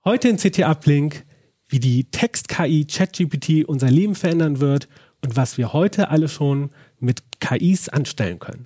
Heute in CT Uplink, wie die Text-KI ChatGPT unser Leben verändern wird und was wir heute alle schon mit KIs anstellen können.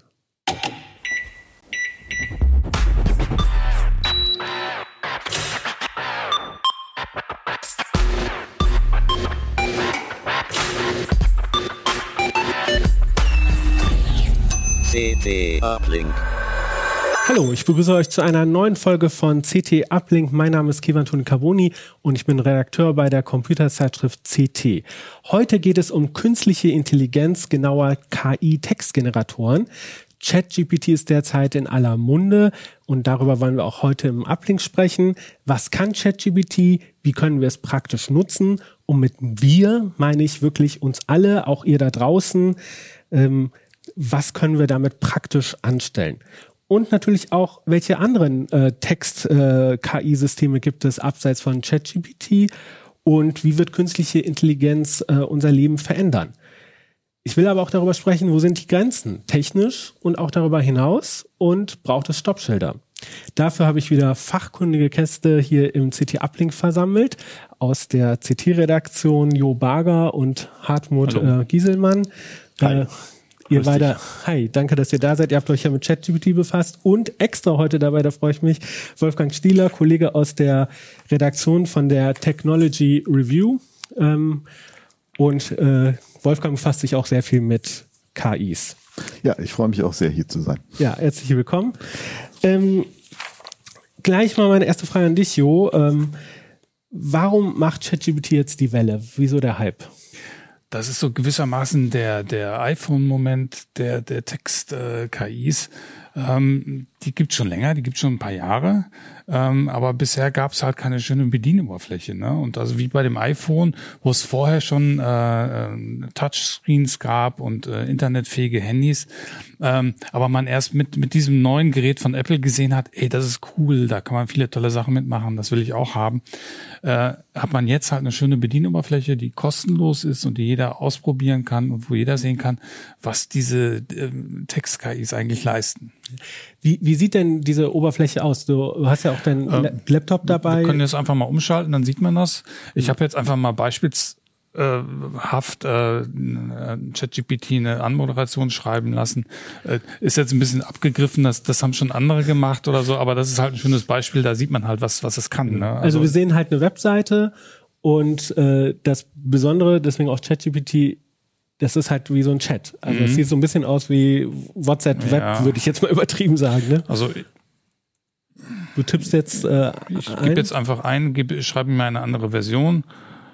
CT Uplink. Hallo, ich begrüße euch zu einer neuen Folge von CT Uplink. Mein Name ist Kevan Toni Carboni und ich bin Redakteur bei der Computerzeitschrift CT. Heute geht es um künstliche Intelligenz, genauer KI-Textgeneratoren. ChatGPT ist derzeit in aller Munde und darüber wollen wir auch heute im Uplink sprechen. Was kann ChatGPT? Wie können wir es praktisch nutzen? Und mit wir meine ich wirklich uns alle, auch ihr da draußen. Was können wir damit praktisch anstellen? Und natürlich auch, welche anderen Text-KI-Systeme gibt es abseits von ChatGPT und wie wird künstliche Intelligenz unser Leben verändern? Ich will aber auch darüber sprechen, wo sind die Grenzen, technisch und auch darüber hinaus und braucht es Stoppschilder? Dafür habe ich wieder fachkundige Gäste hier im CT Uplink versammelt, aus der CT-Redaktion Jo Barger und Hartmut Gieselmann. Ihr beide, hi, danke, dass ihr da seid. Ihr habt euch ja mit ChatGPT befasst und extra heute dabei, da freue ich mich, Wolfgang Stieler, Kollege aus der Redaktion von der Technology Review. Wolfgang befasst sich auch sehr viel mit KIs. Ja, ich freue mich auch sehr, hier zu sein. Ja, herzlich willkommen. Gleich mal meine erste Frage an dich, Jo. Warum macht ChatGPT jetzt die Welle? Wieso der Hype? Das ist so gewissermaßen der iPhone-Moment der Text-KIs. Die gibt's schon länger, die gibt's schon ein paar Jahre. Aber bisher gab's halt keine schöne Bedienoberfläche, ne? Und also wie bei dem iPhone, wo es vorher schon Touchscreens gab und internetfähige Handys, aber man erst mit diesem neuen Gerät von Apple gesehen hat, ey, das ist cool, da kann man viele tolle Sachen mitmachen, das will ich auch haben, hat man jetzt halt eine schöne Bedienoberfläche, die kostenlos ist und die jeder ausprobieren kann und wo jeder sehen kann, was diese Text-KIs eigentlich leisten. Wie sieht denn diese Oberfläche aus? Du hast ja auch deinen Laptop dabei. Wir können jetzt einfach mal umschalten, dann sieht man das. Ich habe jetzt einfach mal beispielshaft ChatGPT eine Anmoderation schreiben lassen. Ist jetzt ein bisschen abgegriffen, das haben schon andere gemacht oder so, aber das ist halt ein schönes Beispiel, da sieht man halt, was es kann. Ne? Also wir sehen halt eine Webseite und das Besondere, deswegen auch ChatGPT, das ist halt wie so ein Chat. Also es sieht so ein bisschen aus wie WhatsApp Web, würde ich jetzt mal übertrieben sagen. Ne? Also du tippst jetzt ich gebe jetzt einfach ein, schreibe mir eine andere Version.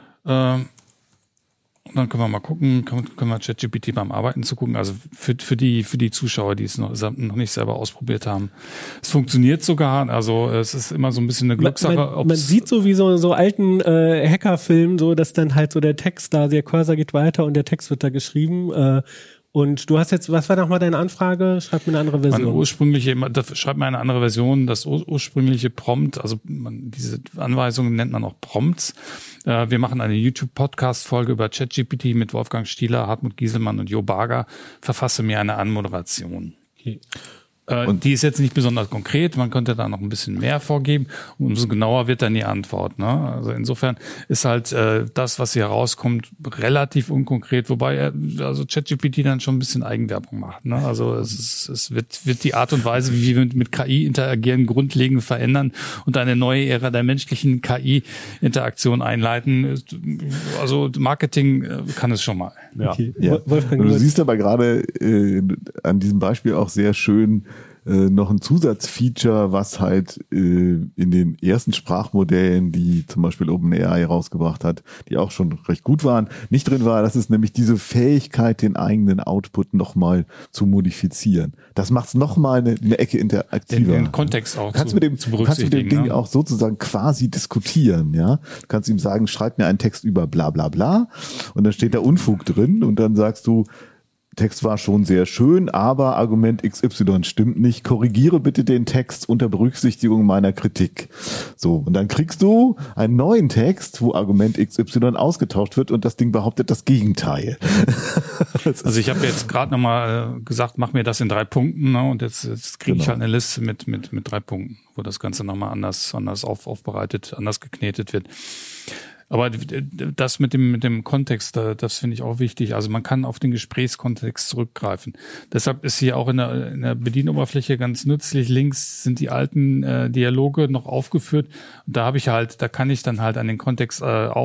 Und dann können wir mal gucken, können wir ChatGPT beim Arbeiten zugucken. Also für die Zuschauer, die es noch nicht selber ausprobiert haben. Es funktioniert sogar, also es ist immer so ein bisschen eine Glückssache. Man sieht so wie so alten Hackerfilmen, so dass dann halt so der Text da, der Cursor geht weiter und der Text wird da geschrieben. Und du hast jetzt, was war nochmal deine Anfrage? Schreib mir eine andere Version. Schreib mir eine andere Version. Das ursprüngliche Prompt, also diese Anweisungen nennt man auch Prompts. Wir machen eine YouTube-Podcast-Folge über ChatGPT mit Wolfgang Stieler, Hartmut Gieselmann und Jo Barger. Verfasse mir eine Anmoderation. Okay. Die ist jetzt nicht besonders konkret, man könnte da noch ein bisschen mehr vorgeben, umso genauer wird dann die Antwort. Ne? Also insofern ist halt das, was hier rauskommt, relativ unkonkret, wobei also ChatGPT dann schon ein bisschen Eigenwerbung macht. Ne? Also es wird die Art und Weise, wie wir mit KI interagieren, grundlegend verändern und eine neue Ära der menschlichen KI-Interaktion einleiten. Also Marketing kann es schon mal. Ja. Okay. Ja. Wolfgang, du siehst aber gerade an diesem Beispiel auch sehr schön noch ein Zusatzfeature, was halt in den ersten Sprachmodellen, die zum Beispiel OpenAI rausgebracht hat, die auch schon recht gut waren, nicht drin war. Das ist nämlich diese Fähigkeit, den eigenen Output nochmal zu modifizieren. Das macht es nochmal eine Ecke interaktiver. Den Kontext auch zu berücksichtigen. Kannst du mit dem Ding auch sozusagen quasi diskutieren, ja? Du kannst ihm sagen, schreib mir einen Text über bla bla bla und dann steht da Unfug drin und dann sagst du, Text war schon sehr schön, aber Argument XY stimmt nicht. Korrigiere bitte den Text unter Berücksichtigung meiner Kritik. So, und dann kriegst du einen neuen Text, wo Argument XY ausgetauscht wird und das Ding behauptet das Gegenteil. Also ich habe jetzt gerade nochmal gesagt, mach mir das in 3 Punkten, ne? Und jetzt kriege ich halt eine Liste mit 3 Punkten, wo das Ganze nochmal anders aufbereitet, anders geknetet wird. Aber das mit dem Kontext, das finde ich auch wichtig. Also man kann auf den Gesprächskontext zurückgreifen. Deshalb ist hier auch in der Bedienoberfläche ganz nützlich. Links sind die alten Dialoge noch aufgeführt. Und da kann ich dann halt an den Kontext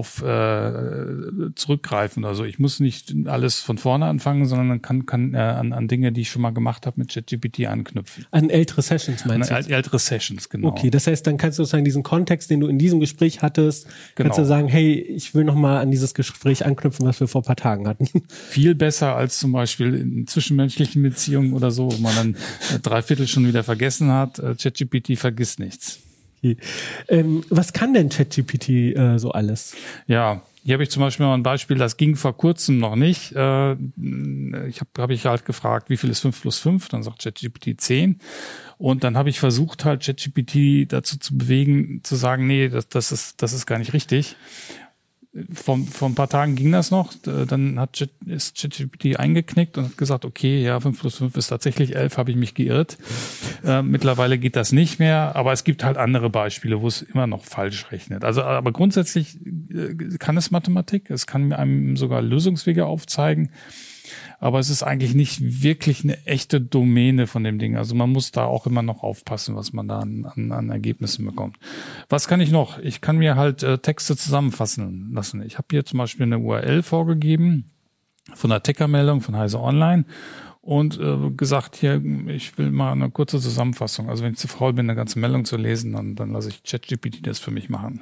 zurückgreifen. Also ich muss nicht alles von vorne anfangen, sondern kann an Dinge, die ich schon mal gemacht habe, mit ChatGPT anknüpfen. An ältere Sessions meinst du? Ältere Sessions, genau. Okay, das heißt, dann kannst du sozusagen diesen Kontext, den du in diesem Gespräch hattest, kannst du sagen, hey, ich will nochmal an dieses Gespräch anknüpfen, was wir vor ein paar Tagen hatten. Viel besser als zum Beispiel in zwischenmenschlichen Beziehungen oder so, wo man dann 3/4 schon wieder vergessen hat. ChatGPT vergisst nichts. Okay. Was kann denn ChatGPT so alles? Ja, hier habe ich zum Beispiel mal ein Beispiel, das ging vor kurzem noch nicht. Habe ich halt gefragt, wie viel ist 5 + 5? Dann sagt ChatGPT 10. Und dann habe ich versucht, halt ChatGPT dazu zu bewegen, zu sagen, nee, das ist gar nicht richtig. Vor ein paar Tagen ging das noch, dann ist ChatGPT eingeknickt und hat gesagt, okay, ja, 5 + 5 ist tatsächlich 11, habe ich mich geirrt. Mittlerweile geht das nicht mehr, aber es gibt halt andere Beispiele, wo es immer noch falsch rechnet. Also, aber grundsätzlich kann es Mathematik, es kann einem sogar Lösungswege aufzeigen, aber es ist eigentlich nicht wirklich eine echte Domäne von dem Ding. Also man muss da auch immer noch aufpassen, was man da an Ergebnissen bekommt. Was kann ich noch? Ich kann mir halt Texte zusammenfassen lassen. Ich habe hier zum Beispiel eine URL vorgegeben von einer Ticker-Meldung von Heise Online und gesagt, hier, ich will mal eine kurze Zusammenfassung. Also wenn ich zu faul bin, eine ganze Meldung zu lesen, dann lasse ich ChatGPT das für mich machen.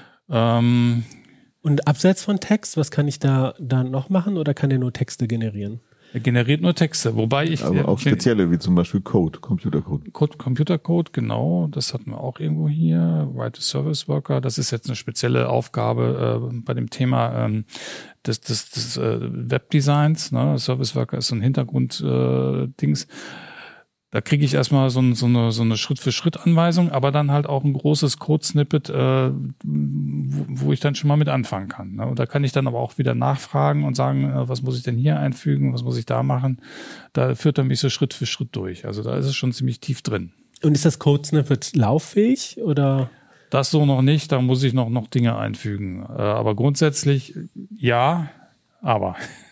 Und abseits von Text, was kann ich da noch machen oder kann der nur Texte generieren? Er generiert nur Texte, wobei aber auch spezielle, wie zum Beispiel Computercode. Computercode, genau, das hatten wir auch irgendwo hier. Write a Service Worker, das ist jetzt eine spezielle Aufgabe bei dem Thema des Webdesigns. Ne? Service Worker ist so ein Hintergrund-Dings. Da kriege ich erstmal so eine Schritt-für-Schritt-Anweisung, aber dann halt auch ein großes Code-Snippet, wo ich dann schon mal mit anfangen kann. Ne? Und da kann ich dann aber auch wieder nachfragen und sagen, was muss ich denn hier einfügen, was muss ich da machen. Da führt er mich so Schritt für Schritt durch. Also da ist es schon ziemlich tief drin. Und ist das Code-Snippet lauffähig oder? Das so noch nicht, da muss ich noch Dinge einfügen. Aber grundsätzlich ja. Aber.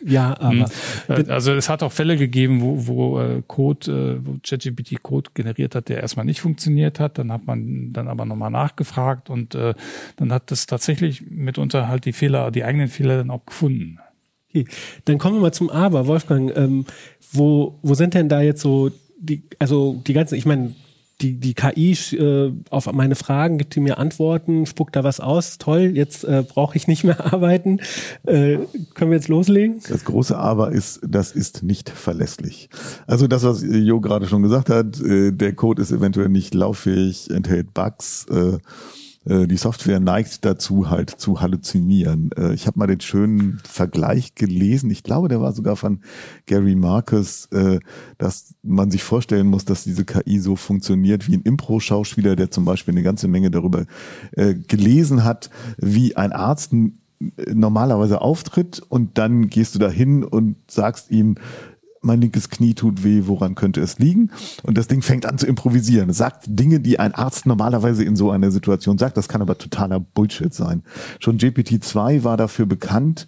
Also es hat auch Fälle gegeben, wo ChatGPT Code generiert hat, der erstmal nicht funktioniert hat. Dann hat man dann aber nochmal nachgefragt und dann hat das tatsächlich mitunter halt die eigenen Fehler dann auch gefunden. Okay. Dann kommen wir mal zum Aber, Wolfgang. Wo sind denn da jetzt so die ganzen, ich meine, die KI auf meine Fragen gibt die mir Antworten, spuckt da was aus, toll, jetzt brauche ich nicht mehr arbeiten. Können wir jetzt loslegen? Das große Aber ist, das ist nicht verlässlich. Also das, was Jo gerade schon gesagt hat, der Code ist eventuell nicht lauffähig, enthält Bugs, die Software neigt dazu, halt zu halluzinieren. Ich habe mal den schönen Vergleich gelesen, ich glaube, der war sogar von Gary Marcus, dass man sich vorstellen muss, dass diese KI so funktioniert wie ein Impro-Schauspieler, der zum Beispiel eine ganze Menge darüber gelesen hat, wie ein Arzt normalerweise auftritt und dann gehst du da hin und sagst ihm, mein linkes Knie tut weh, woran könnte es liegen? Und das Ding fängt an zu improvisieren. Es sagt Dinge, die ein Arzt normalerweise in so einer Situation sagt. Das kann aber totaler Bullshit sein. Schon GPT-2 war dafür bekannt,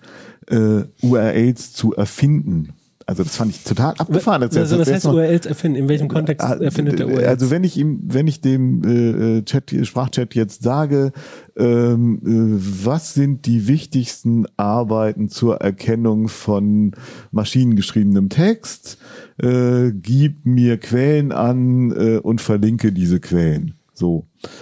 URLs zu erfinden. Also das fand ich total abgefahren. Das heißt URLs erfinden. In welchem Kontext erfindet der URLs? Also wenn ich dem Sprachchat jetzt sage, was sind die wichtigsten Arbeiten zur Erkennung von maschinengeschriebenem Text, gib mir Quellen an und verlinke diese Quellen. So,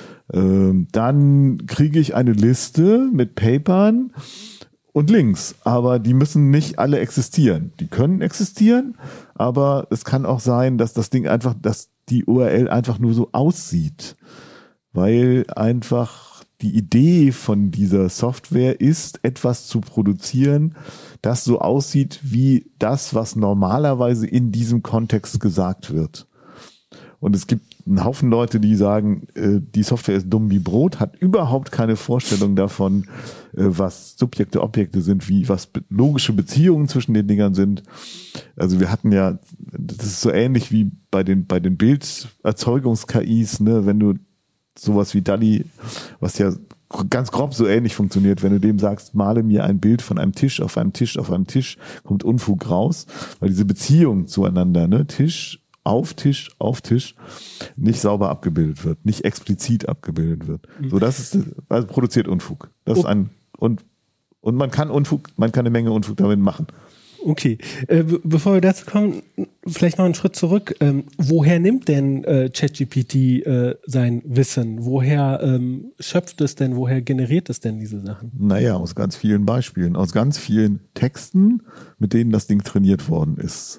dann kriege ich eine Liste mit Papern und Links, aber die müssen nicht alle existieren. Die können existieren, aber es kann auch sein, dass das Ding einfach, dass die URL einfach nur so aussieht, weil einfach die Idee von dieser Software ist, etwas zu produzieren, das so aussieht wie das, was normalerweise in diesem Kontext gesagt wird. Und es gibt einen Haufen Leute, die sagen, die Software ist dumm wie Brot, hat überhaupt keine Vorstellung davon, was Subjekte, Objekte sind, was logische Beziehungen zwischen den Dingern sind. Also wir hatten ja, das ist so ähnlich wie bei den Bilderzeugungs-KIs, ne, wenn du sowas wie DALL-E, was ja ganz grob so ähnlich funktioniert, wenn du dem sagst, male mir ein Bild von einem Tisch auf einem Tisch auf einem Tisch, kommt Unfug raus, weil diese Beziehung zueinander, ne, Tisch, auf Tisch, nicht sauber abgebildet wird, nicht explizit abgebildet wird. So, das ist, also produziert Unfug. Das ist und man kann eine Menge Unfug damit machen. Okay, bevor wir dazu kommen, vielleicht noch einen Schritt zurück. Woher nimmt denn ChatGPT sein Wissen? Woher schöpft es denn? Woher generiert es denn diese Sachen? Naja, aus ganz vielen Beispielen, aus ganz vielen Texten, mit denen das Ding trainiert worden ist.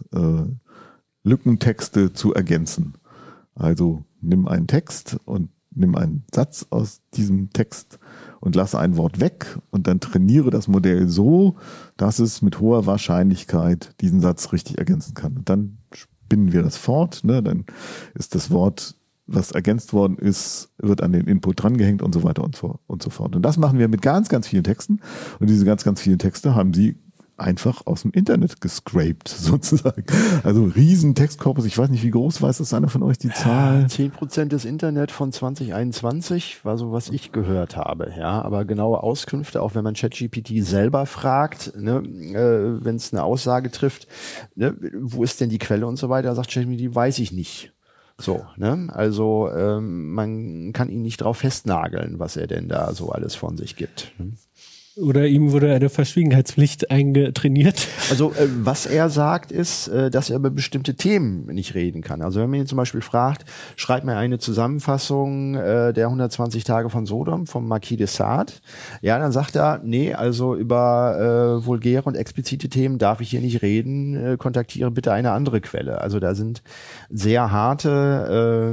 Lückentexte zu ergänzen. Also nimm einen Text und nimm einen Satz aus diesem Text und lass ein Wort weg und dann trainiere das Modell so, dass es mit hoher Wahrscheinlichkeit diesen Satz richtig ergänzen kann. Und dann spinnen wir das fort, ne? Dann ist das Wort, was ergänzt worden ist, wird an den Input drangehängt und so weiter und so fort. Und das machen wir mit ganz, ganz vielen Texten. Und diese ganz, ganz vielen Texte haben sie einfach aus dem Internet gescraped, sozusagen. Also riesen Textkorpus. Ich weiß nicht, wie groß, weiß das einer von euch die Zahl? 10% des Internet von 2021 war so, was ich gehört habe. Ja, aber genaue Auskünfte, auch wenn man ChatGPT selber fragt, ne, wenn es eine Aussage trifft, ne, wo ist denn die Quelle und so weiter, sagt ChatGPT, weiß ich nicht. So, ne? Also man kann ihn nicht drauf festnageln, was er denn da so alles von sich gibt. Oder ihm wurde eine Verschwiegenheitspflicht eingetrainiert. Also was er sagt ist, dass er über bestimmte Themen nicht reden kann. Also wenn man ihn zum Beispiel fragt, schreib mir eine Zusammenfassung der 120 Tage von Sodom vom Marquis de Sade. Ja, dann sagt er, nee, also über vulgäre und explizite Themen darf ich hier nicht reden, kontaktiere bitte eine andere Quelle. Also da sind sehr harte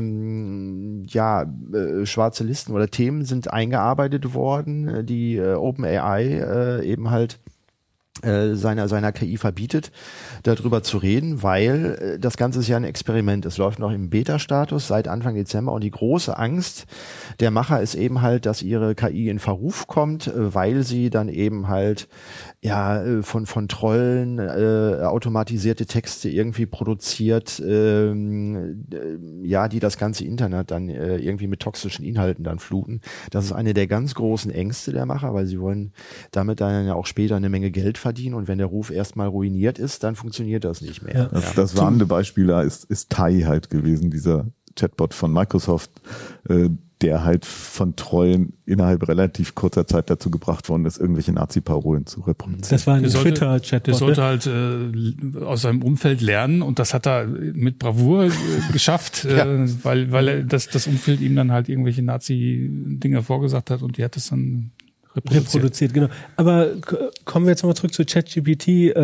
schwarze Listen oder Themen sind eingearbeitet worden, die OpenAI eben halt seiner KI verbietet, darüber zu reden, weil das Ganze ist ja ein Experiment. Es läuft noch im Beta-Status seit Anfang Dezember und die große Angst der Macher ist eben halt, dass ihre KI in Verruf kommt, weil sie dann eben halt von Trollen automatisierte Texte irgendwie produziert, die das ganze Internet dann irgendwie mit toxischen Inhalten dann fluten. Das ist eine der ganz großen Ängste der Macher, weil sie wollen damit dann ja auch später eine Menge Geld verdienen und wenn der Ruf erstmal ruiniert ist, dann funktioniert das nicht mehr. Ja. Das warnende Beispiel da ist Tai halt gewesen, dieser Chatbot von Microsoft, der halt von Trollen innerhalb relativ kurzer Zeit dazu gebracht worden ist, irgendwelche Nazi-Parolen zu reproduzieren. Das war ein Twitter-Chatbot. Der sollte halt aus seinem Umfeld lernen und das hat er mit Bravour geschafft, weil das Umfeld ihm dann halt irgendwelche Nazi-Dinge vorgesagt hat und die hat es dann reproduziert. Genau. Aber kommen wir jetzt nochmal zurück zu ChatGPT.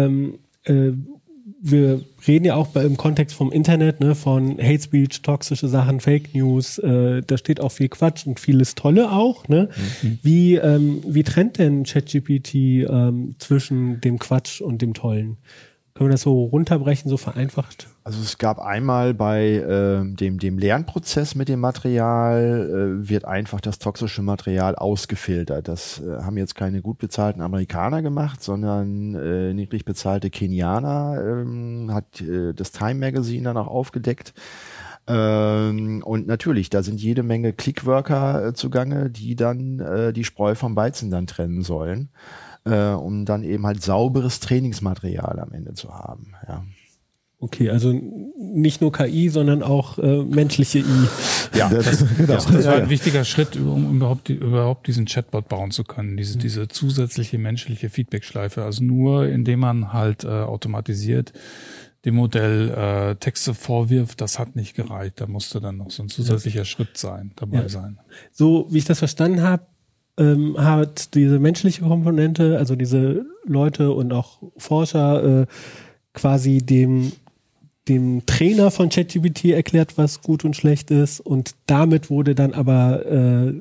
Wir reden ja auch im Kontext vom Internet, ne, von Hate Speech, toxische Sachen, Fake News, da steht auch viel Quatsch und vieles Tolle auch, ne? Wie trennt denn ChatGPT zwischen dem Quatsch und dem Tollen? Können wir das so runterbrechen, so vereinfacht? Also es gab einmal bei dem Lernprozess mit dem Material wird einfach das toxische Material ausgefiltert. Das haben jetzt keine gut bezahlten Amerikaner gemacht, sondern niedrig bezahlte Kenianer, hat das Time Magazine dann auch aufgedeckt. Und natürlich, da sind jede Menge Clickworker zugange, die dann die Spreu vom Weizen dann trennen sollen, um dann eben halt sauberes Trainingsmaterial am Ende zu haben. Ja. Okay, also nicht nur KI, sondern auch menschliche I. Ja, das war ein wichtiger Schritt, um überhaupt diesen Chatbot bauen zu können, diese zusätzliche menschliche Feedback-Schleife. Also nur indem man halt automatisiert dem Modell Texte vorwirft, das hat nicht gereicht. Da musste dann noch so ein zusätzlicher Schritt sein. So wie ich das verstanden habe, hat diese menschliche Komponente, also diese Leute und auch Forscher quasi dem Trainer von ChatGPT erklärt, was gut und schlecht ist und damit wurde dann aber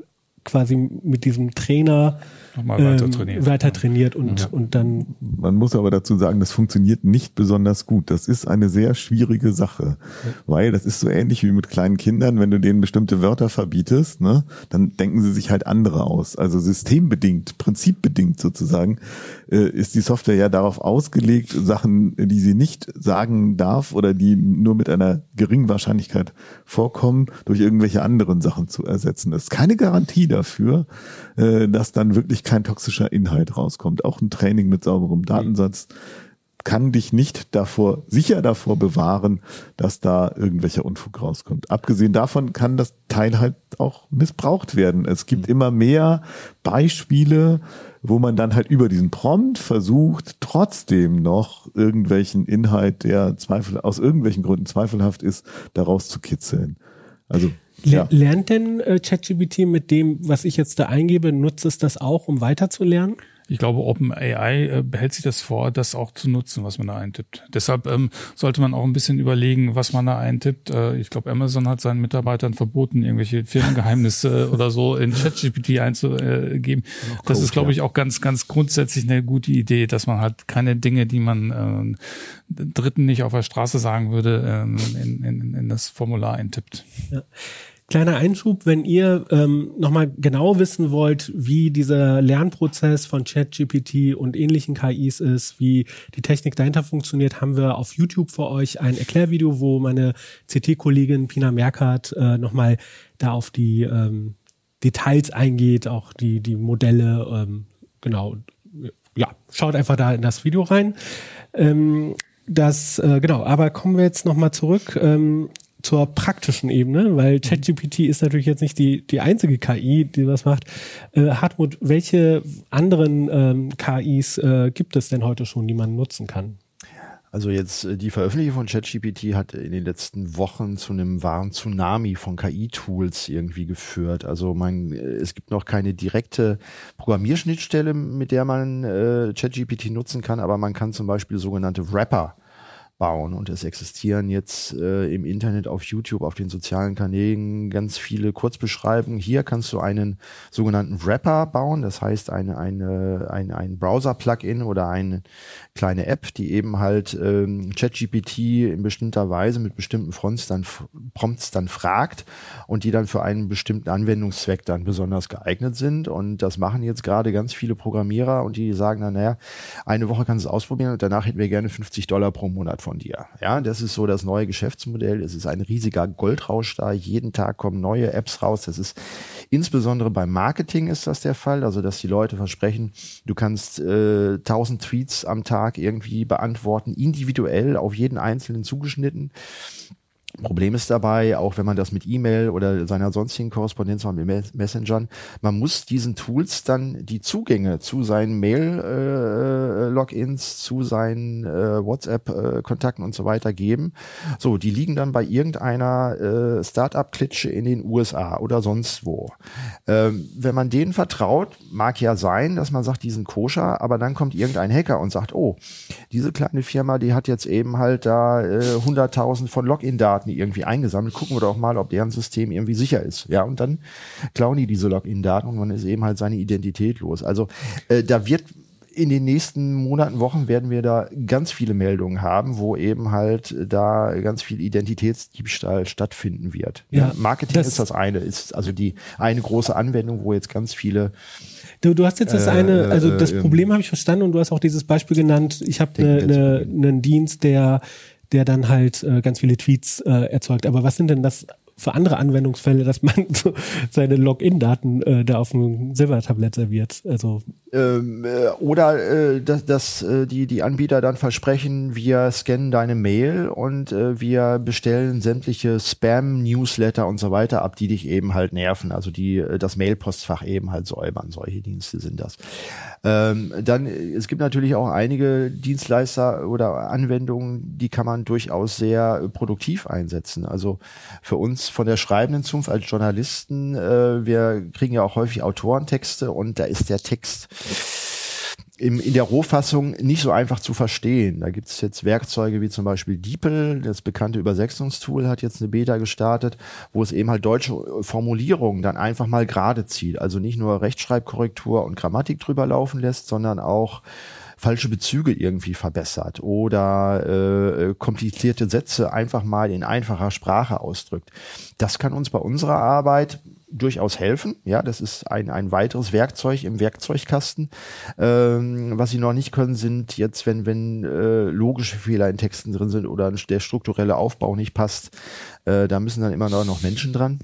quasi mit diesem Trainer nochmal weiter trainiert und dann. Man muss aber dazu sagen, das funktioniert nicht besonders gut. Das ist eine sehr schwierige Sache, weil das ist so ähnlich wie mit kleinen Kindern, wenn du denen bestimmte Wörter verbietest, ne, dann denken sie sich halt andere aus. Also systembedingt, prinzipbedingt sozusagen, ist die Software ja darauf ausgelegt, Sachen, die sie nicht sagen darf oder die nur mit einer geringen Wahrscheinlichkeit vorkommen, durch irgendwelche anderen Sachen zu ersetzen. Das ist keine Garantie dafür, dass dann wirklich kein toxischer Inhalt rauskommt. Auch ein Training mit sauberem Datensatz kann dich nicht sicher davor bewahren, dass da irgendwelcher Unfug rauskommt. Abgesehen davon kann das Teil halt auch missbraucht werden. Es gibt immer mehr Beispiele, wo man dann halt über diesen Prompt versucht, trotzdem noch irgendwelchen Inhalt, der aus irgendwelchen Gründen zweifelhaft ist, daraus zu kitzeln. Also Lernt denn ChatGPT mit dem, was ich jetzt da eingebe, nutzt es das auch, um weiterzulernen? Ich glaube, OpenAI behält sich das vor, das auch zu nutzen, was man da eintippt. Deshalb sollte man auch ein bisschen überlegen, was man da eintippt. Ich glaube, Amazon hat seinen Mitarbeitern verboten, irgendwelche Firmengeheimnisse oder so in ChatGPT einzugeben. Das ist, glaube ich, auch ganz, ganz grundsätzlich eine gute Idee, dass man halt keine Dinge, die man Dritten nicht auf der Straße sagen würde, in das Formular eintippt. Ja. Kleiner Einschub, wenn ihr nochmal genau wissen wollt, wie dieser Lernprozess von ChatGPT und ähnlichen KIs ist, wie die Technik dahinter funktioniert, haben wir auf YouTube für euch ein Erklärvideo, wo meine CT-Kollegin Pina Merkert nochmal da auf die Details eingeht, auch die Modelle, genau. Ja, schaut einfach da in das Video rein. Genau, aber kommen wir jetzt nochmal zurück zur praktischen Ebene, weil ChatGPT ist natürlich jetzt nicht die einzige KI, die das macht. Hartmut, welche anderen KIs gibt es denn heute schon, die man nutzen kann? Also jetzt die Veröffentlichung von ChatGPT hat in den letzten Wochen zu einem wahren Tsunami von KI-Tools irgendwie geführt. Also es gibt noch keine direkte Programmierschnittstelle, mit der man ChatGPT nutzen kann, aber man kann zum Beispiel sogenannte Wrapper bauen und es existieren jetzt im Internet, auf YouTube, auf den sozialen Kanälen ganz viele Kurzbeschreibungen. Hier kannst du einen sogenannten Wrapper bauen, das heißt ein Browser-Plugin oder eine kleine App, die eben halt ChatGPT in bestimmter Weise mit bestimmten Prompts dann fragt und die dann für einen bestimmten Anwendungszweck dann besonders geeignet sind. Und das machen jetzt gerade ganz viele Programmierer und die sagen dann, naja, eine Woche kannst du es ausprobieren und danach hätten wir gerne $50 pro Monat von dir. Ja, das ist so das neue Geschäftsmodell. Es ist ein riesiger Goldrausch da. Jeden Tag kommen neue Apps raus. Das ist insbesondere beim Marketing ist das der Fall. Also, dass die Leute versprechen, du kannst 1000 Tweets am Tag irgendwie beantworten, individuell auf jeden Einzelnen zugeschnitten. Problem ist dabei, auch wenn man das mit E-Mail oder seiner sonstigen Korrespondenz macht mit Messengern, man muss diesen Tools dann die Zugänge zu seinen Mail-Logins, zu seinen WhatsApp-Kontakten und so weiter geben. So, die liegen dann bei irgendeiner Start-up-Klitsche in den USA oder sonst wo. Wenn man denen vertraut, mag ja sein, dass man sagt, die sind koscher, aber dann kommt irgendein Hacker und sagt, oh, diese kleine Firma, die hat jetzt eben halt da 100.000 von Login-Daten irgendwie eingesammelt, gucken wir doch mal, ob deren System irgendwie sicher ist. Ja, und dann klauen die diese Login-Daten und man ist eben halt seine Identität los. Also da wird in den nächsten Monaten, Wochen werden wir da ganz viele Meldungen haben, wo eben halt da ganz viel Identitätsdiebstahl stattfinden wird. Ja, Marketing ist das eine, ist also die eine große Anwendung, wo jetzt ganz viele Du hast jetzt das also das Problem habe ich verstanden und du hast auch dieses Beispiel genannt, ich habe einen Dienst, der dann halt ganz viele Tweets erzeugt. Aber was sind denn das für andere Anwendungsfälle, dass man so seine Login-Daten da auf einem Silbertablett serviert? Also oder dass die Anbieter dann versprechen, wir scannen deine Mail und wir bestellen sämtliche Spam-Newsletter und so weiter ab, die dich eben halt nerven, also die das Mailpostfach eben halt säubern. Solche Dienste sind das. Dann, es gibt natürlich auch einige Dienstleister oder Anwendungen, die kann man durchaus sehr produktiv einsetzen. Also für uns von der schreibenden Zunft als Journalisten, wir kriegen ja auch häufig Autorentexte und da ist der Text in der Rohfassung nicht so einfach zu verstehen. Da gibt es jetzt Werkzeuge wie zum Beispiel DeepL, das bekannte Übersetzungstool hat jetzt eine Beta gestartet, wo es eben halt deutsche Formulierungen dann einfach mal gerade zieht. Also nicht nur Rechtschreibkorrektur und Grammatik drüber laufen lässt, sondern auch falsche Bezüge irgendwie verbessert oder komplizierte Sätze einfach mal in einfacher Sprache ausdrückt. Das kann uns bei unserer Arbeit durchaus helfen. Ja, das ist ein weiteres Werkzeug im Werkzeugkasten. Was sie noch nicht können, sind jetzt, wenn logische Fehler in Texten drin sind oder der strukturelle Aufbau nicht passt, da müssen dann immer noch Menschen dran.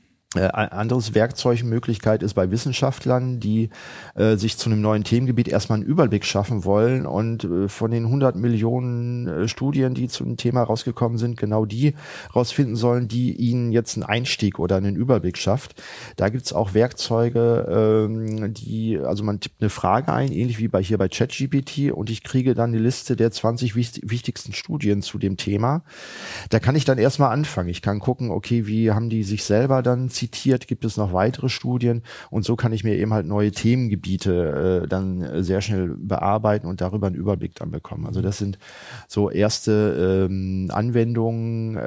Ein anderes Werkzeugmöglichkeit ist bei Wissenschaftlern, die sich zu einem neuen Themengebiet erstmal einen Überblick schaffen wollen und von den 100 Millionen Studien, die zu dem Thema rausgekommen sind, genau die rausfinden sollen, die ihnen jetzt einen Einstieg oder einen Überblick schafft. Da gibt's auch Werkzeuge, also man tippt eine Frage ein, ähnlich wie hier bei ChatGPT, und ich kriege dann eine Liste der 20 wichtigsten Studien zu dem Thema. Da kann ich dann erstmal anfangen. Ich kann gucken, okay, wie haben die sich selber dann zitiert, gibt es noch weitere Studien, und so kann ich mir eben halt neue Themengebiete dann sehr schnell bearbeiten und darüber einen Überblick dann bekommen. Also das sind so erste Anwendungen,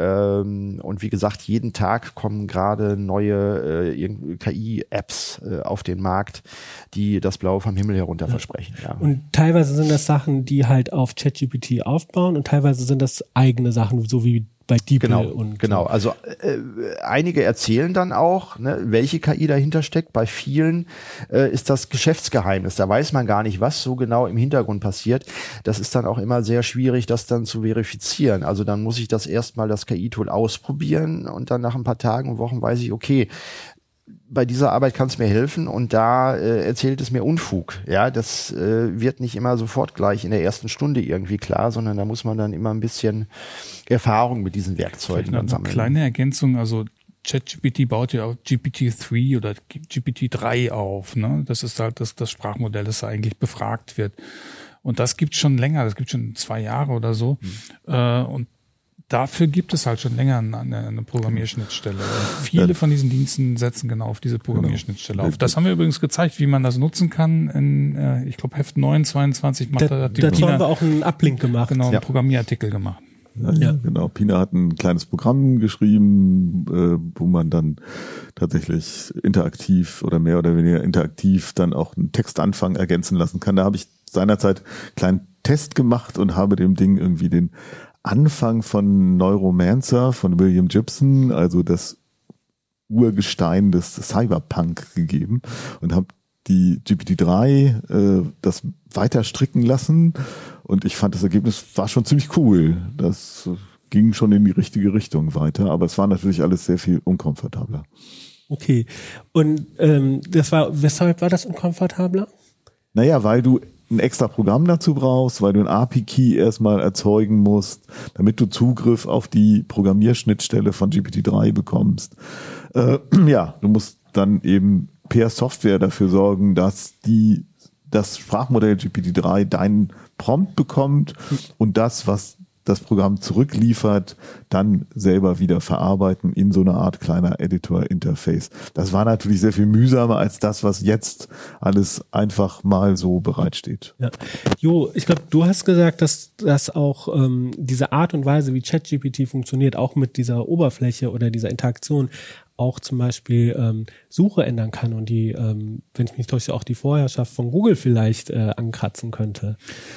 und wie gesagt, jeden Tag kommen gerade neue KI-Apps auf den Markt, die das Blaue vom Himmel herunter versprechen. Ja. Und teilweise sind das Sachen, die halt auf ChatGPT aufbauen, und teilweise sind das eigene Sachen, so wie bei DeepL. Genau. Also einige erzählen dann auch, ne, welche KI dahinter steckt. Bei vielen ist das Geschäftsgeheimnis. Da weiß man gar nicht, was so genau im Hintergrund passiert. Das ist dann auch immer sehr schwierig, das dann zu verifizieren. Also dann muss ich das erstmal, das KI-Tool ausprobieren, und dann nach ein paar Tagen und Wochen weiß ich, okay, bei dieser Arbeit kann es mir helfen, und da erzählt es mir Unfug. Ja, das wird nicht immer sofort gleich in der ersten Stunde irgendwie klar, sondern da muss man dann immer ein bisschen Erfahrung mit diesen Werkzeugen dann sammeln. Eine kleine Ergänzung, also ChatGPT baut ja auf GPT-3 oder GPT-3 auf. Ne? Das ist halt das Sprachmodell, das eigentlich befragt wird. Und das gibt schon länger, das gibt schon 2 Jahre oder so. Und dafür gibt es halt schon länger eine Programmierschnittstelle. Und viele von diesen Diensten setzen genau auf diese Programmierschnittstelle auf. Das haben wir übrigens gezeigt, wie man das nutzen kann. In, ich glaube, Heft 922 macht dazu haben wir auch einen Uplink gemacht. Genau, einen Programmierartikel gemacht. Ja, genau. Pina hat ein kleines Programm geschrieben, wo man dann tatsächlich interaktiv oder mehr oder weniger interaktiv dann auch einen Textanfang ergänzen lassen kann. Da habe ich seinerzeit einen kleinen Test gemacht und habe dem Ding irgendwie den Anfang von Neuromancer von William Gibson, also das Urgestein des Cyberpunk, gegeben und habe die GPT-3 das weiter stricken lassen, und ich fand, das Ergebnis war schon ziemlich cool. Das ging schon in die richtige Richtung weiter, aber es war natürlich alles sehr viel unkomfortabler. Okay. Und weshalb war das unkomfortabler? Naja, weil du ein extra Programm dazu brauchst, weil du ein API-Key erstmal erzeugen musst, damit du Zugriff auf die Programmierschnittstelle von GPT-3 bekommst. Ja, du musst dann eben per Software dafür sorgen, dass das Sprachmodell GPT-3 deinen Prompt bekommt und das, was das Programm zurückliefert, dann selber wieder verarbeiten in so einer Art kleiner Editor-Interface. Das war natürlich sehr viel mühsamer als das, was jetzt alles einfach mal so bereitsteht. Ja. Jo, ich glaube, du hast gesagt, dass auch diese Art und Weise, wie ChatGPT funktioniert, auch mit dieser Oberfläche oder dieser Interaktion auch zum Beispiel Suche ändern kann und die, wenn ich mich nicht täusche, auch die Vorherrschaft von Google vielleicht ankratzen könnte.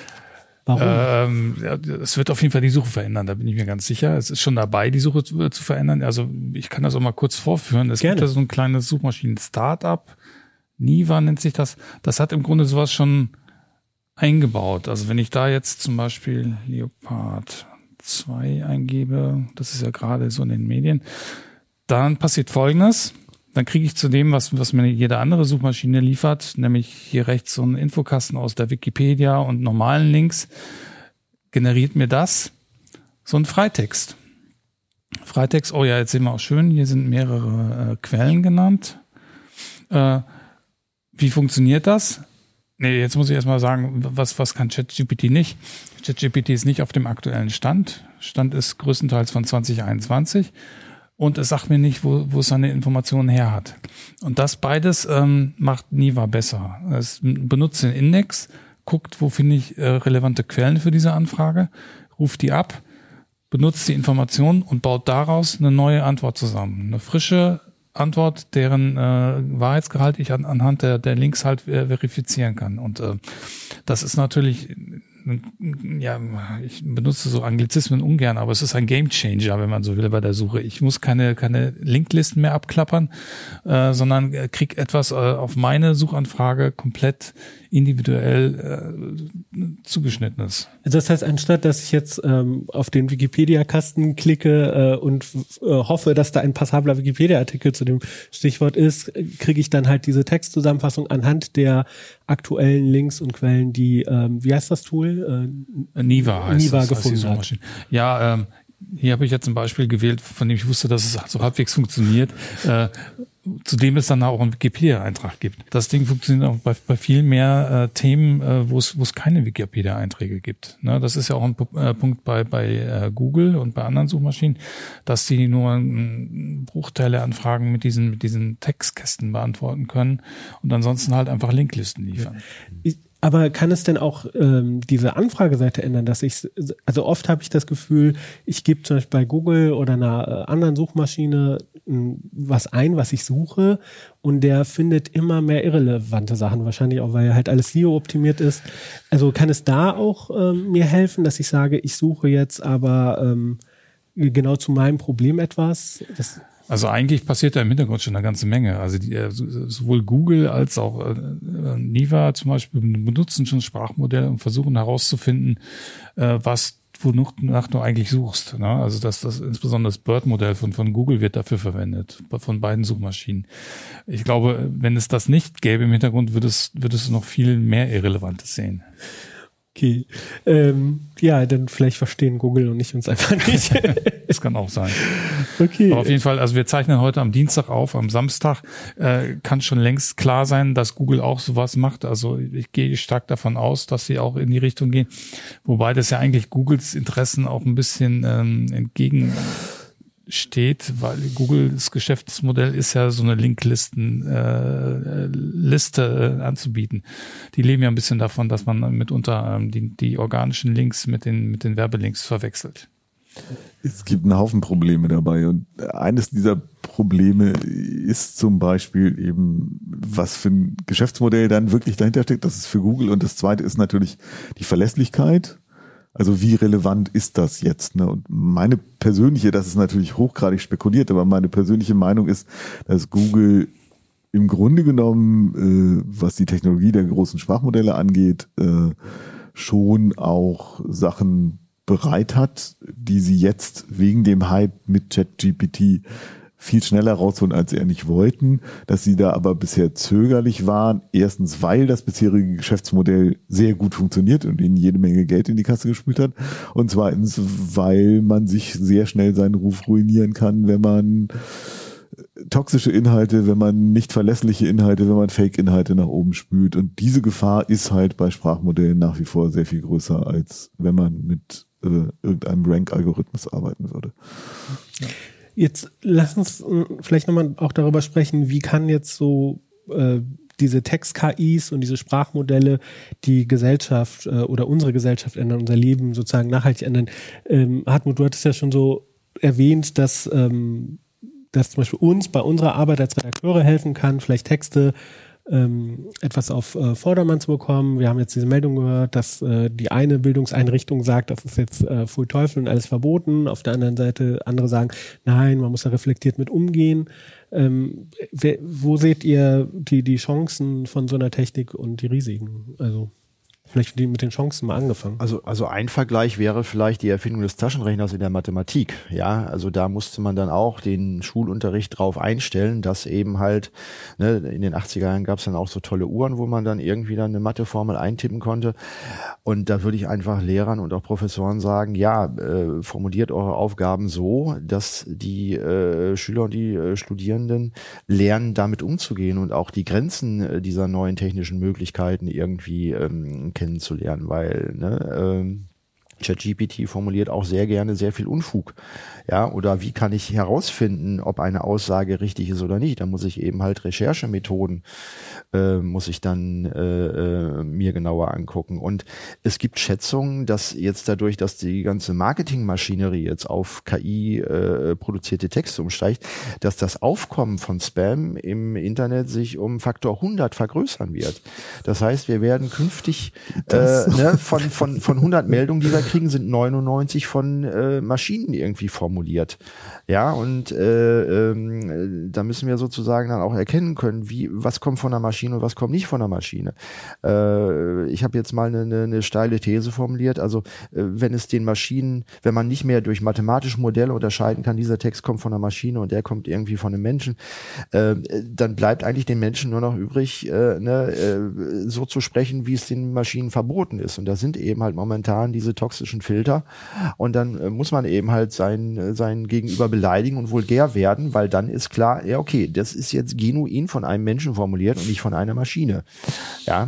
Warum? Es wird auf jeden Fall die Suche verändern, da bin ich mir ganz sicher. Es ist schon dabei, die Suche zu verändern. Also ich kann das auch mal kurz vorführen. Es gibt da so ein kleines Suchmaschinen-Startup, Niva nennt sich das. Das hat im Grunde sowas schon eingebaut. Also wenn ich da jetzt zum Beispiel Leopard 2 eingebe, das ist ja gerade so in den Medien, dann passiert Folgendes. Dann kriege ich zu dem, was mir jede andere Suchmaschine liefert, nämlich hier rechts so einen Infokasten aus der Wikipedia und normalen Links, generiert mir das so ein Freitext. Freitext, oh ja, jetzt sehen wir auch schön, hier sind mehrere Quellen genannt. Wie funktioniert das? Nee, jetzt muss ich erstmal sagen, was kann ChatGPT nicht? ChatGPT ist nicht auf dem aktuellen Stand. Stand ist größtenteils von 2021. Und es sagt mir nicht, wo es seine Informationen her hat. Und das beides macht Niva besser. Es benutzt den Index, guckt, wo finde ich relevante Quellen für diese Anfrage, ruft die ab, benutzt die Information und baut daraus eine neue Antwort zusammen. Eine frische Antwort, deren Wahrheitsgehalt ich anhand der Links halt verifizieren kann. Und das ist natürlich, ja, ich benutze so Anglizismen ungern, aber es ist ein Gamechanger, wenn man so will, bei der Suche. Ich muss keine Linklisten mehr abklappern, sondern krieg etwas auf meine Suchanfrage komplett individuell zugeschnittenes. Also das heißt, anstatt dass ich jetzt auf den Wikipedia-Kasten klicke und hoffe, dass da ein passabler Wikipedia-Artikel zu dem Stichwort ist, kriege ich dann halt diese Textzusammenfassung anhand der aktuellen Links und Quellen, die, wie heißt das Tool? Niva heißt Niva das, gefunden hat. Ja, hier habe ich jetzt ein Beispiel gewählt, von dem ich wusste, dass es so halbwegs funktioniert. Zu dem es dann auch einen Wikipedia-Eintrag gibt. Das Ding funktioniert auch bei viel mehr Themen, wo es keine Wikipedia-Einträge gibt. Ne, das ist ja auch ein Punkt bei Google und bei anderen Suchmaschinen, dass die nur Bruchteile Anfragen mit diesen Textkästen beantworten können und ansonsten halt einfach Linklisten liefern. Aber kann es denn auch diese Anfrageseite ändern, dass also oft habe ich das Gefühl, ich gebe zum Beispiel bei Google oder einer anderen Suchmaschine was ein, was ich suche, und der findet immer mehr irrelevante Sachen, wahrscheinlich auch, weil halt alles SEO-optimiert ist. Also kann es da auch mir helfen, dass ich sage, ich suche jetzt aber genau zu meinem Problem etwas? Also eigentlich passiert da im Hintergrund schon eine ganze Menge. Also sowohl Google als auch Niva zum Beispiel benutzen schon Sprachmodelle und versuchen herauszufinden, wonach du eigentlich suchst. Ne? Also das insbesondere das BERT-Modell von Google wird dafür verwendet, von beiden Suchmaschinen. Ich glaube, wenn es das nicht gäbe im Hintergrund, würdest du noch viel mehr Irrelevantes sehen. Okay. Ja, dann vielleicht verstehen Google und ich uns einfach nicht. Das kann auch sein. Okay. Aber auf jeden Fall, also wir zeichnen heute am Dienstag auf, am Samstag kann schon längst klar sein, dass Google auch sowas macht. Also ich gehe stark davon aus, dass sie auch in die Richtung gehen. Wobei das ja eigentlich Googles Interessen auch ein bisschen entgegensteht, weil Googles Geschäftsmodell ist ja so eine Liste anzubieten. Die leben ja ein bisschen davon, dass man mitunter die organischen Links mit den Werbelinks verwechselt. Es gibt einen Haufen Probleme dabei, und eines dieser Probleme ist zum Beispiel eben, was für ein Geschäftsmodell dann wirklich dahinter steckt. Das ist für Google, und das zweite ist natürlich die Verlässlichkeit. Also wie relevant ist das jetzt? Ne? Und meine persönliche, das ist natürlich hochgradig spekuliert, aber meine persönliche Meinung ist, dass Google im Grunde genommen, was die Technologie der großen Sprachmodelle angeht, schon auch Sachen bereit hat, die sie jetzt wegen dem Hype mit ChatGPT viel schneller rausholen, als sie eigentlich wollten, dass sie da aber bisher zögerlich waren. Erstens, weil das bisherige Geschäftsmodell sehr gut funktioniert und ihnen jede Menge Geld in die Kasse gespült hat. Und zweitens, weil man sich sehr schnell seinen Ruf ruinieren kann, wenn man toxische Inhalte, wenn man nicht verlässliche Inhalte, wenn man Fake-Inhalte nach oben spült. Und diese Gefahr ist halt bei Sprachmodellen nach wie vor sehr viel größer, als wenn man mit irgendeinem Rank-Algorithmus arbeiten würde. Ja. Jetzt lass uns vielleicht nochmal auch darüber sprechen, wie kann jetzt so diese Text-KIs und diese Sprachmodelle die Gesellschaft oder unsere Gesellschaft ändern, unser Leben sozusagen nachhaltig ändern. Hartmut, du hattest ja schon so erwähnt, dass zum Beispiel uns bei unserer Arbeit als Redakteure helfen kann, vielleicht Texte etwas auf Vordermann zu bekommen. Wir haben jetzt diese Meldung gehört, dass die eine Bildungseinrichtung sagt, das ist jetzt Pfui Teufel und alles verboten. Auf der anderen Seite andere sagen, nein, man muss da reflektiert mit umgehen. Wo seht ihr die Chancen von so einer Technik und die Risiken? Also vielleicht mit den Chancen mal angefangen. Also ein Vergleich wäre vielleicht die Erfindung des Taschenrechners in der Mathematik. Ja, also da musste man dann auch den Schulunterricht drauf einstellen, dass eben halt, ne, in den 80er Jahren gab es dann auch so tolle Uhren, wo man dann irgendwie dann eine Matheformel eintippen konnte. Und da würde ich einfach Lehrern und auch Professoren sagen, ja, formuliert eure Aufgaben so, dass die Schüler und die Studierenden lernen, damit umzugehen und auch die Grenzen dieser neuen technischen Möglichkeiten irgendwie kennenzulernen, weil ChatGPT formuliert auch sehr gerne sehr viel Unfug. Ja, oder wie kann ich herausfinden, ob eine Aussage richtig ist oder nicht? Da muss ich eben halt Recherchemethoden muss ich dann mir genauer angucken. Und es gibt Schätzungen, dass jetzt dadurch, dass die ganze Marketingmaschinerie jetzt auf KI produzierte Texte umsteigt, dass das Aufkommen von Spam im Internet sich um Faktor 100 vergrößern wird. Das heißt, wir werden künftig von 100 Meldungen, die wir kriegen, sind 99 von Maschinen irgendwie formuliert. Ja, und da müssen wir sozusagen dann auch erkennen können, was kommt von der Maschine und was kommt nicht von der Maschine. Ich habe jetzt mal eine steile These formuliert, also wenn man nicht mehr durch mathematische Modelle unterscheiden kann, dieser Text kommt von der Maschine und der kommt irgendwie von einem Menschen, dann bleibt eigentlich den Menschen nur noch übrig, so zu sprechen, wie es den Maschinen verboten ist. Und da sind eben halt momentan diese toxischen Filter und dann muss man eben halt sein Gegenüber beleidigen und vulgär werden, weil dann ist klar, ja okay, das ist jetzt genuin von einem Menschen formuliert und nicht von einer Maschine. Ja,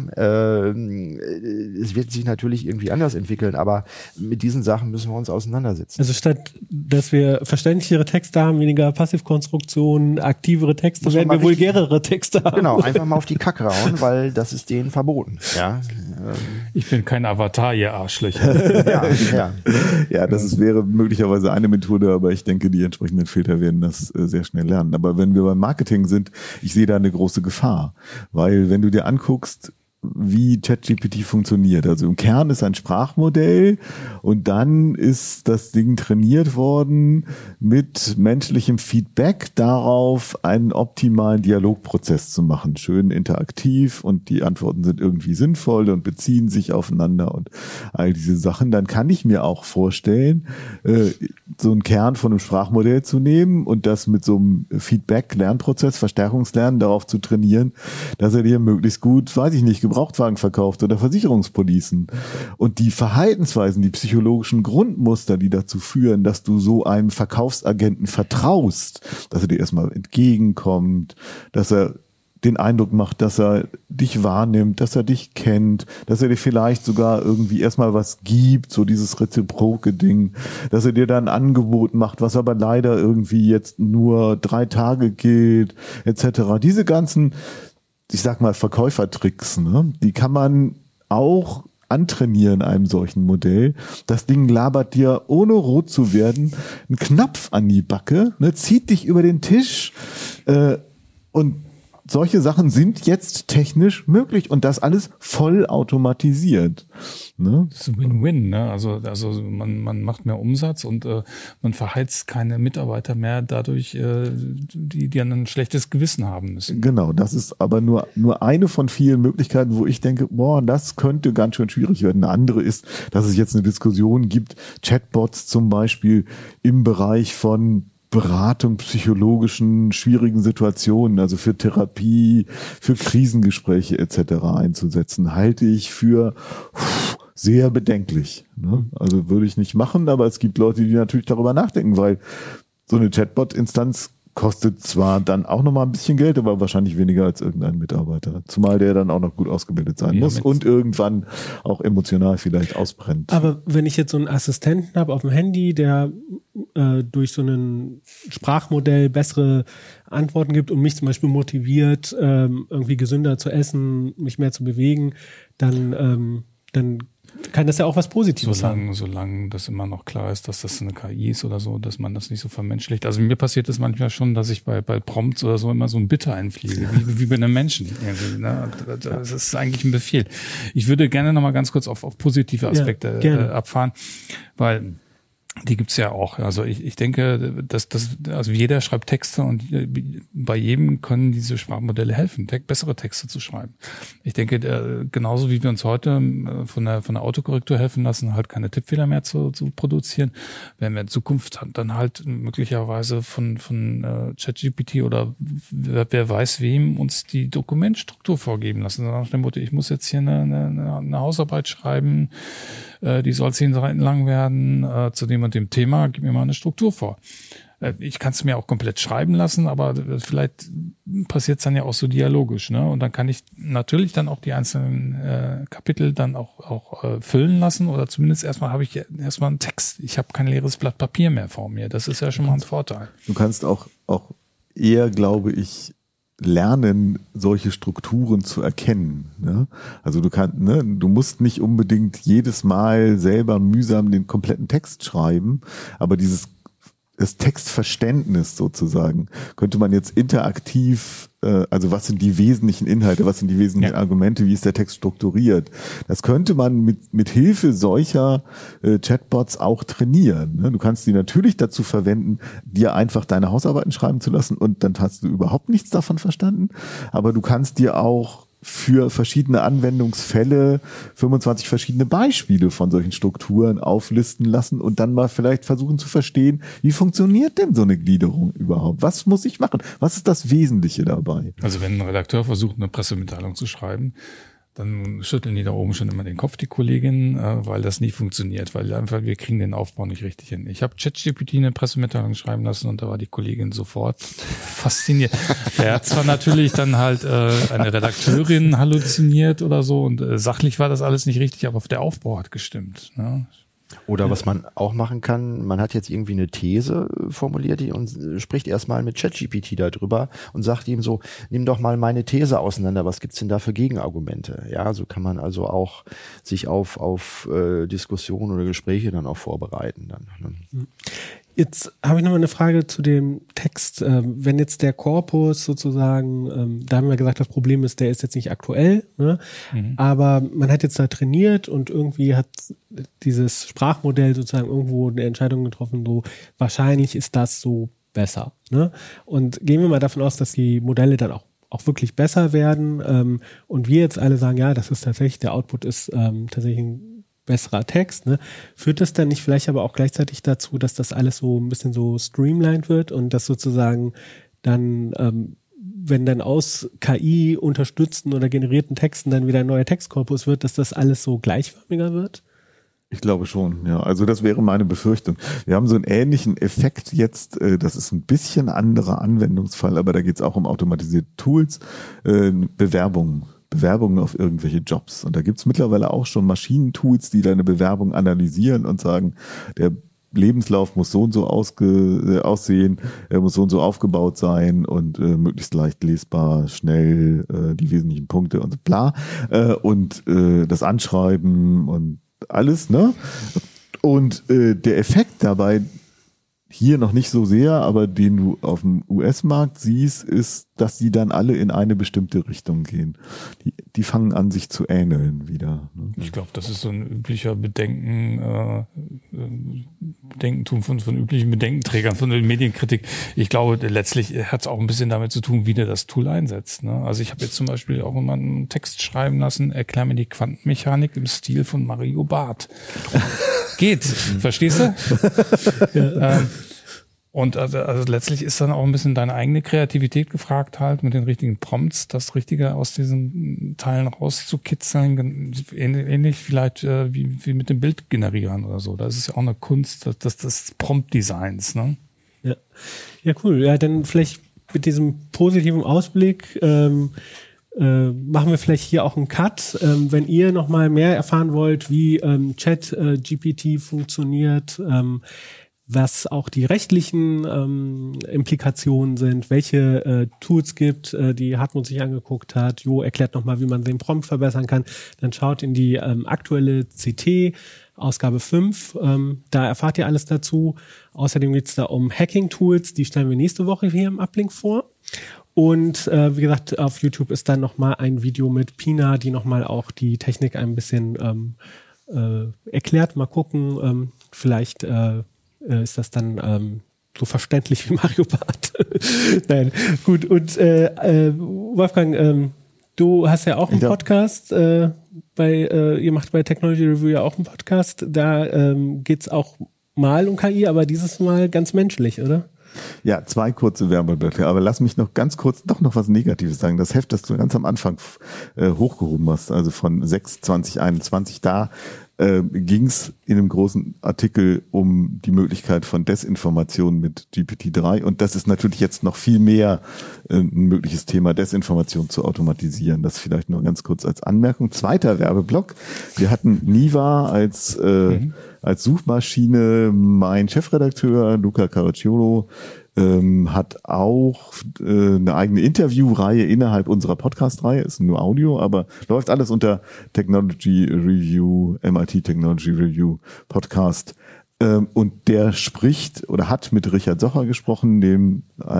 es wird sich natürlich irgendwie anders entwickeln, aber mit diesen Sachen müssen wir uns auseinandersetzen. Also statt, dass wir verständlichere Texte haben, weniger Passivkonstruktionen, aktivere Texte, werden wir vulgärere Texte haben. Genau, einfach mal auf die Kacke rauen, weil das ist denen verboten. Ja, ich bin kein Avatar, ihr Arschlöcher. Ja, wäre möglicherweise eine Methode, aber ich denke, die entsprechenden Filter werden das sehr schnell lernen. Aber wenn wir beim Marketing sind, ich sehe da eine große Gefahr, weil wenn du dir anguckst, wie ChatGPT funktioniert. Also im Kern ist ein Sprachmodell und dann ist das Ding trainiert worden mit menschlichem Feedback darauf, einen optimalen Dialogprozess zu machen. Schön interaktiv und die Antworten sind irgendwie sinnvoll und beziehen sich aufeinander und all diese Sachen. Dann kann ich mir auch vorstellen, so einen Kern von einem Sprachmodell zu nehmen und das mit so einem Feedback-Lernprozess, Verstärkungslernen darauf zu trainieren, dass er dir möglichst gut, weiß ich nicht, Gebrauchtwagen verkauft oder Versicherungspolicen. Und die Verhaltensweisen, die psychologischen Grundmuster, die dazu führen, dass du so einem Verkaufsagenten vertraust, dass er dir erstmal entgegenkommt, dass er den Eindruck macht, dass er dich wahrnimmt, dass er dich kennt, dass er dir vielleicht sogar irgendwie erstmal was gibt, so dieses reziproke Ding, dass er dir dann ein Angebot macht, was aber leider irgendwie jetzt nur 3 Tage gilt, etc. Diese ganzen, ich sag mal, Verkäufertricks, ne? Die kann man auch antrainieren in einem solchen Modell. Das Ding labert dir, ohne rot zu werden, einen Knopf an die Backe, ne? Zieht dich über den Tisch und solche Sachen sind jetzt technisch möglich und das alles voll automatisiert. Ne? Das ist Win-Win, ne? Also man macht mehr Umsatz und man verheizt keine Mitarbeiter mehr dadurch, die dann ein schlechtes Gewissen haben müssen. Genau, das ist aber nur eine von vielen Möglichkeiten, wo ich denke, das könnte ganz schön schwierig werden. Eine andere ist, dass es jetzt eine Diskussion gibt, Chatbots zum Beispiel im Bereich von Beratung, psychologischen, schwierigen Situationen, also für Therapie, für Krisengespräche etc. einzusetzen, halte ich für sehr bedenklich. Ne? Also würde ich nicht machen, aber es gibt Leute, die natürlich darüber nachdenken, weil so eine Chatbot-Instanz kostet zwar dann auch nochmal ein bisschen Geld, aber wahrscheinlich weniger als irgendein Mitarbeiter. Zumal der dann auch noch gut ausgebildet sein muss und irgendwann auch emotional vielleicht ausbrennt. Aber wenn ich jetzt so einen Assistenten habe auf dem Handy, der durch so ein Sprachmodell bessere Antworten gibt und mich zum Beispiel motiviert, irgendwie gesünder zu essen, mich mehr zu bewegen, dann kann das ja auch was Positives sein. Solange das immer noch klar ist, dass das eine KI ist oder so, dass man das nicht so vermenschlicht. Also mir passiert es manchmal schon, dass ich bei Prompts oder so immer so ein Bitte einfliege, wie bei einem Menschen. Ne? Das ist eigentlich ein Befehl. Ich würde gerne noch mal ganz kurz auf positive Aspekte abfahren, weil die gibt's ja auch. Also ich denke, also jeder schreibt Texte und bei jedem können diese Sprachmodelle helfen, bessere Texte zu schreiben. Ich denke, genauso wie wir uns heute von der Autokorrektur helfen lassen, halt keine Tippfehler mehr zu produzieren, werden wir in Zukunft dann halt möglicherweise von ChatGPT oder wer weiß wem uns die Dokumentstruktur vorgeben lassen. Nach dem Motto, ich muss jetzt hier eine Hausarbeit schreiben, die soll 10 Seiten lang werden, zu dem und dem Thema, gib mir mal eine Struktur vor. Ich kann es mir auch komplett schreiben lassen, aber vielleicht passiert es dann ja auch so dialogisch, ne? Und dann kann ich natürlich dann auch die einzelnen Kapitel dann auch füllen lassen oder zumindest habe ich erstmal einen Text. Ich habe kein leeres Blatt Papier mehr vor mir. Das ist ja schon mal ein Vorteil. Du kannst auch eher, glaube ich, lernen, solche Strukturen zu erkennen. Ne? Also du musst nicht unbedingt jedes Mal selber mühsam den kompletten Text schreiben, aber das Textverständnis sozusagen könnte man jetzt interaktiv, also was sind die wesentlichen Inhalte, was sind die wesentlichen Argumente, wie ist der Text strukturiert, das könnte man mit Hilfe solcher Chatbots auch trainieren. Ne? Du kannst die natürlich dazu verwenden, dir einfach deine Hausarbeiten schreiben zu lassen und dann hast du überhaupt nichts davon verstanden, aber du kannst dir auch für verschiedene Anwendungsfälle 25 verschiedene Beispiele von solchen Strukturen auflisten lassen und dann mal vielleicht versuchen zu verstehen, wie funktioniert denn so eine Gliederung überhaupt? Was muss ich machen? Was ist das Wesentliche dabei? Also wenn ein Redakteur versucht, eine Pressemitteilung zu schreiben, dann schütteln die da oben schon immer den Kopf, die Kolleginnen, weil das nie funktioniert, weil einfach wir kriegen den Aufbau nicht richtig hin. Ich habe ChatGPT eine Pressemitteilung schreiben lassen und da war die Kollegin sofort fasziniert. Er hat zwar natürlich dann halt eine Redakteurin halluziniert oder so und sachlich war das alles nicht richtig, aber der Aufbau hat gestimmt. Ne? Oder was man auch machen kann, man hat jetzt irgendwie eine These formuliert und spricht erstmal mit ChatGPT darüber und sagt ihm so, nimm doch mal meine These auseinander, was gibt's denn da für Gegenargumente? Ja, so kann man also auch sich auf Diskussionen oder Gespräche dann auch vorbereiten. Dann. Jetzt habe ich noch mal eine Frage zu dem Text. Wenn jetzt der Korpus sozusagen, da haben wir gesagt, das Problem ist, der ist jetzt nicht aktuell, ne? Aber man hat jetzt da trainiert und irgendwie hat dieses Sprachmodell sozusagen irgendwo eine Entscheidung getroffen, so wahrscheinlich ist das so besser. Ne? Und gehen wir mal davon aus, dass die Modelle dann auch wirklich besser werden und wir jetzt alle sagen, ja, das ist tatsächlich, der Output ist tatsächlich ein besserer Text, ne? Führt das dann nicht vielleicht aber auch gleichzeitig dazu, dass das alles so ein bisschen so streamlined wird und dass sozusagen dann, wenn dann aus KI unterstützten oder generierten Texten dann wieder ein neuer Textkorpus wird, dass das alles so gleichförmiger wird? Ich glaube schon, ja. Also das wäre meine Befürchtung. Wir haben so einen ähnlichen Effekt jetzt, das ist ein bisschen anderer Anwendungsfall, aber da geht es auch um automatisierte Tools, Bewerbungen auf irgendwelche Jobs. Und da gibt's mittlerweile auch schon Maschinentools, die deine Bewerbung analysieren und sagen, der Lebenslauf muss so und so aussehen, er muss so und so aufgebaut sein und möglichst leicht lesbar, schnell, die wesentlichen Punkte und bla. Und das Anschreiben und alles, ne? Und der Effekt dabei, hier noch nicht so sehr, aber den du auf dem US-Markt siehst, ist, dass die dann alle in eine bestimmte Richtung gehen. Die fangen an, sich zu ähneln wieder. Ne? Ich glaube, das ist so ein üblicher Bedenkentum von üblichen Bedenkenträgern, von der Medienkritik. Ich glaube, letztlich hat es auch ein bisschen damit zu tun, wie der das Tool einsetzt. Ne? Also ich habe jetzt zum Beispiel auch immer einen Text schreiben lassen, erklär mir die Quantenmechanik im Stil von Mario Barth. Geht, verstehst du? Ja. Und also letztlich ist dann auch ein bisschen deine eigene Kreativität gefragt, halt mit den richtigen Prompts das Richtige aus diesen Teilen rauszukitzeln. Ähnlich vielleicht wie mit dem Bildgenerieren oder so. Das ist ja auch eine Kunst des Prompt-Designs. Ne? Ja, cool. Ja, dann vielleicht mit diesem positiven Ausblick machen wir vielleicht hier auch einen Cut. Wenn ihr noch mal mehr erfahren wollt, wie ChatGPT funktioniert, was auch die rechtlichen Implikationen sind, welche Tools gibt, die Hartmut sich angeguckt hat. Jo erklärt nochmal, wie man den Prompt verbessern kann. Dann schaut in die aktuelle CT, Ausgabe 5. Da erfahrt ihr alles dazu. Außerdem geht es da um Hacking-Tools. Die stellen wir nächste Woche hier im Uplink vor. Und wie gesagt, auf YouTube ist dann nochmal ein Video mit Pina, die nochmal auch die Technik ein bisschen erklärt. Mal gucken, vielleicht ist das dann so verständlich wie Mario Barth. Nein, gut. Und Wolfgang, du hast ja auch einen Podcast. Ihr macht bei Technology Review ja auch einen Podcast. Da geht's auch mal um KI, aber dieses Mal ganz menschlich, oder? Ja, 2 kurze Werbeblätter, aber lass mich noch ganz kurz doch noch was Negatives sagen. Das Heft, das du ganz am Anfang hochgehoben hast, also von 6/2021, da ging es in einem großen Artikel um die Möglichkeit von Desinformation mit GPT-3 und das ist natürlich jetzt noch viel mehr ein mögliches Thema, Desinformation zu automatisieren. Das vielleicht nur ganz kurz als Anmerkung. Zweiter Werbeblock. Wir hatten Niva als Suchmaschine. Mein Chefredakteur Luca Caracciolo hat auch eine eigene Interviewreihe innerhalb unserer Podcast-Reihe, ist nur Audio, aber läuft alles unter Technology Review, MIT Technology Review Podcast. Und der spricht oder hat mit Richard Socher gesprochen, dem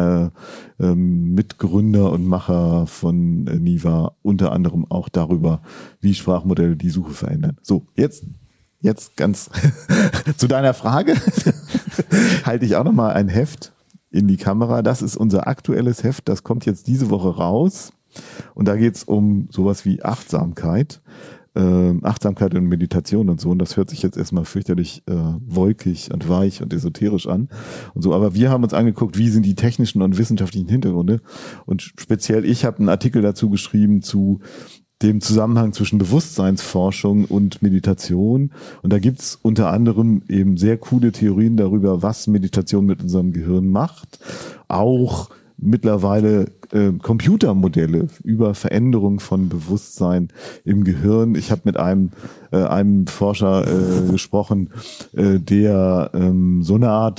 Mitgründer und Macher von Niva, unter anderem auch darüber, wie Sprachmodelle die Suche verändern. So, jetzt ganz zu deiner Frage halte ich auch nochmal ein Heft in die Kamera. Das ist unser aktuelles Heft, das kommt jetzt diese Woche raus und da geht es um sowas wie Achtsamkeit und Meditation und so und das hört sich jetzt erstmal fürchterlich wolkig und weich und esoterisch an und so, aber wir haben uns angeguckt, wie sind die technischen und wissenschaftlichen Hintergründe und speziell ich habe einen Artikel dazu geschrieben zu dem Zusammenhang zwischen Bewusstseinsforschung und Meditation. Und da gibt's unter anderem eben sehr coole Theorien darüber, was Meditation mit unserem Gehirn macht. Auch mittlerweile Computermodelle über Veränderung von Bewusstsein im Gehirn. Ich habe mit einem Forscher gesprochen, der so eine Art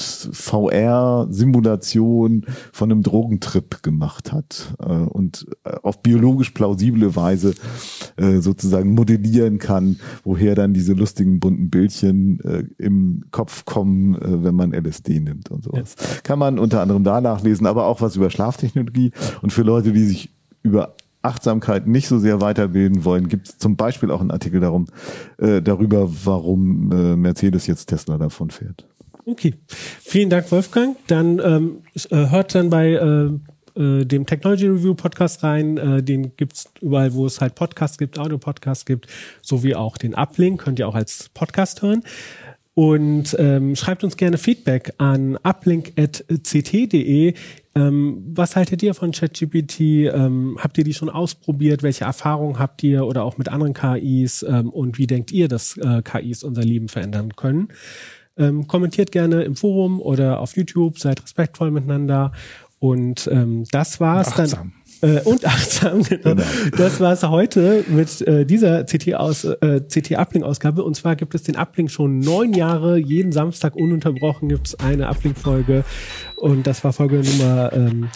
VR-Simulation von einem Drogentrip gemacht hat und auf biologisch plausible Weise sozusagen modellieren kann, woher dann diese lustigen bunten Bildchen im Kopf kommen, wenn man LSD nimmt und sowas. Ja. Kann man unter anderem da nachlesen, aber auch was über Schlaftechnologie. Und für Leute, die sich über Achtsamkeit nicht so sehr weiterbilden wollen, gibt es zum Beispiel auch einen Artikel darüber, warum Mercedes jetzt Tesla davon fährt. Okay, vielen Dank, Wolfgang. Dann hört dann bei dem Technology Review Podcast rein. Den gibt's überall, wo es halt Podcasts gibt, Audio-Podcasts gibt, sowie auch den Uplink, könnt ihr auch als Podcast hören. Und schreibt uns gerne Feedback an uplink@ct.de. Was haltet ihr von ChatGPT? Habt ihr die schon ausprobiert? Welche Erfahrungen habt ihr oder auch mit anderen KIs? Und wie denkt ihr, dass KIs unser Leben verändern können? Kommentiert gerne im Forum oder auf YouTube. Seid respektvoll miteinander. Und das war's dann. Und achtsam, genau. Das war's heute mit dieser CT-Uplink-Ausgabe. Und zwar gibt es den Uplink schon 9 Jahre. Jeden Samstag ununterbrochen gibt's eine Uplink-Folge. Und das war Folge Nummer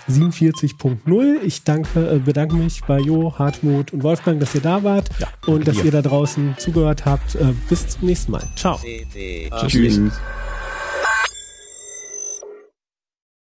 47.0. Ich bedanke mich bei Jo, Hartmut und Wolfgang, dass ihr da wart und dass ihr da draußen zugehört habt. Bis zum nächsten Mal. Ciao. Tschüss.